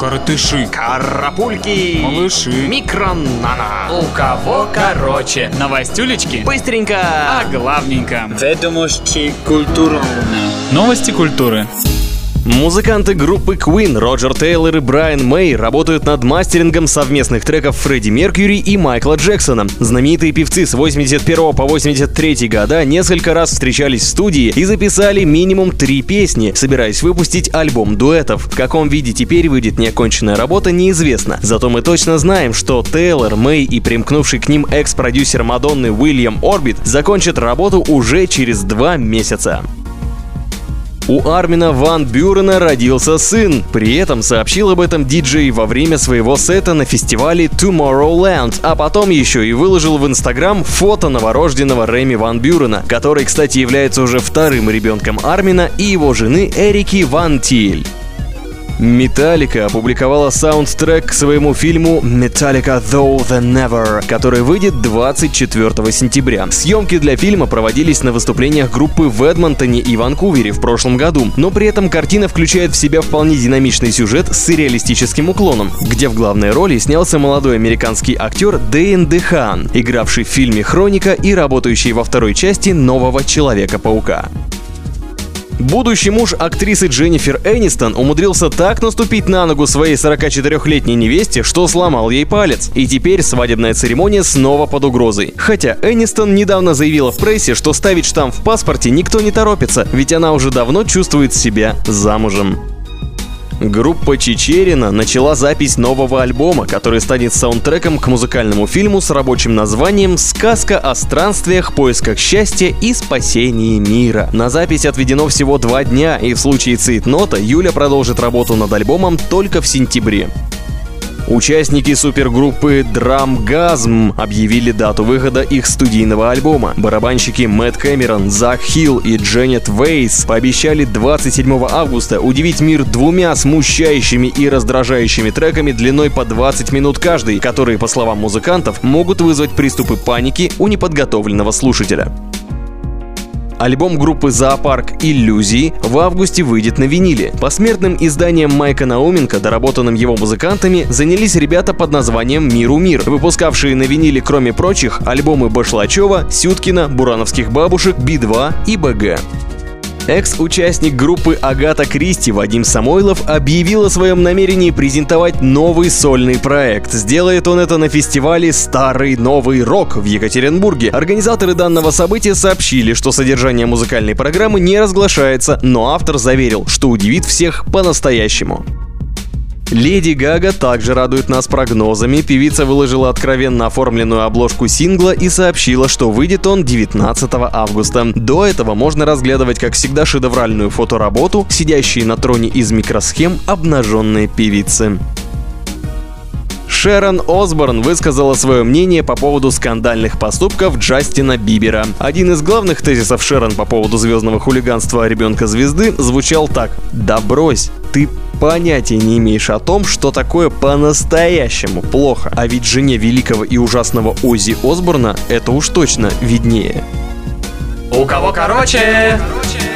Коротыши, карапульки, малыши, микронано. У кого короче? Новостюлечки? Быстренько. А главненько. Ведомости культуры. Новости культуры. Музыканты группы Queen Роджер Тейлор и Брайан Мэй работают над мастерингом совместных треков Фредди Меркьюри и Майкла Джексона. Знаменитые певцы с 81 по 83 года несколько раз встречались в студии и записали минимум 3 песни, собираясь выпустить альбом дуэтов. В каком виде теперь выйдет неоконченная работа, неизвестно. Зато мы точно знаем, что Тейлор, Мэй и примкнувший к ним экс-продюсер Мадонны Уильям Орбит закончат работу уже через 2 месяца. У Армина Ван Бюрена родился сын. При этом сообщил об этом диджей во время своего сета на фестивале Tomorrowland, а потом еще и выложил в Инстаграм фото новорожденного Реми Ван Бюрена, который, кстати, является уже вторым ребенком Армина и его жены Эрики Ван Тиль. Metallica опубликовала саундтрек к своему фильму Metallica Though the Never, который выйдет 24 сентября. Съемки для фильма проводились на выступлениях группы в Эдмонтоне и Ванкувере в прошлом году, но при этом картина включает в себя вполне динамичный сюжет с сюрреалистическим уклоном, где в главной роли снялся молодой американский актер Дэйн Дехан, игравший в фильме «Хроника» и работающий во второй части «Нового Человека-паука». Будущий муж актрисы Дженнифер Энистон умудрился так наступить на ногу своей 44-летней невесте, что сломал ей палец. И теперь свадебная церемония снова под угрозой. Хотя Энистон недавно заявила в прессе, что ставить штамп в паспорте никто не торопится, ведь она уже давно чувствует себя замужем. Группа Чичерина начала запись нового альбома, который станет саундтреком к музыкальному фильму с рабочим названием «Сказка о странствиях, поисках счастья и спасении мира». На запись отведено всего 2 дня, и в случае цейтнота Юля продолжит работу над альбомом только в сентябре. Участники супергруппы Драмгазм объявили дату выхода их студийного альбома. Барабанщики Мэтт Кэмерон, Зак Хилл и Дженнет Вейс пообещали 27 августа удивить мир 2 смущающими и раздражающими треками длиной по 20 минут каждый, которые, по словам музыкантов, могут вызвать приступы паники у неподготовленного слушателя. Альбом группы «Зоопарк. Иллюзии» в августе выйдет на виниле. Посмертным изданием Майка Науменко, доработанным его музыкантами, занялись ребята под названием «Миру мир», выпускавшие на виниле, кроме прочих, альбомы Башлачева, Сюткина, Бурановских бабушек, Би-2 и БГ. Экс-участник группы Агата Кристи Вадим Самойлов объявил о своем намерении презентовать новый сольный проект. Сделает он это на фестивале «Старый новый рок» в Екатеринбурге. Организаторы данного события сообщили, что содержание музыкальной программы не разглашается, но автор заверил, что удивит всех по-настоящему. Леди Гага также радует нас прогнозами. Певица выложила откровенно оформленную обложку сингла и сообщила, что выйдет он 19 августа. До этого можно разглядывать, как всегда, шедевральную фотоработу, сидящие на троне из микросхем обнаженные певицы. Шерон Осборн высказала свое мнение по поводу скандальных поступков Джастина Бибера. Один из главных тезисов Шерон по поводу звездного хулиганства ребенка-звезды звучал так: «Да брось, ты понятия не имеешь о том, что такое по-настоящему плохо, а ведь жене великого и ужасного Оззи Осборна это уж точно виднее». У кого короче?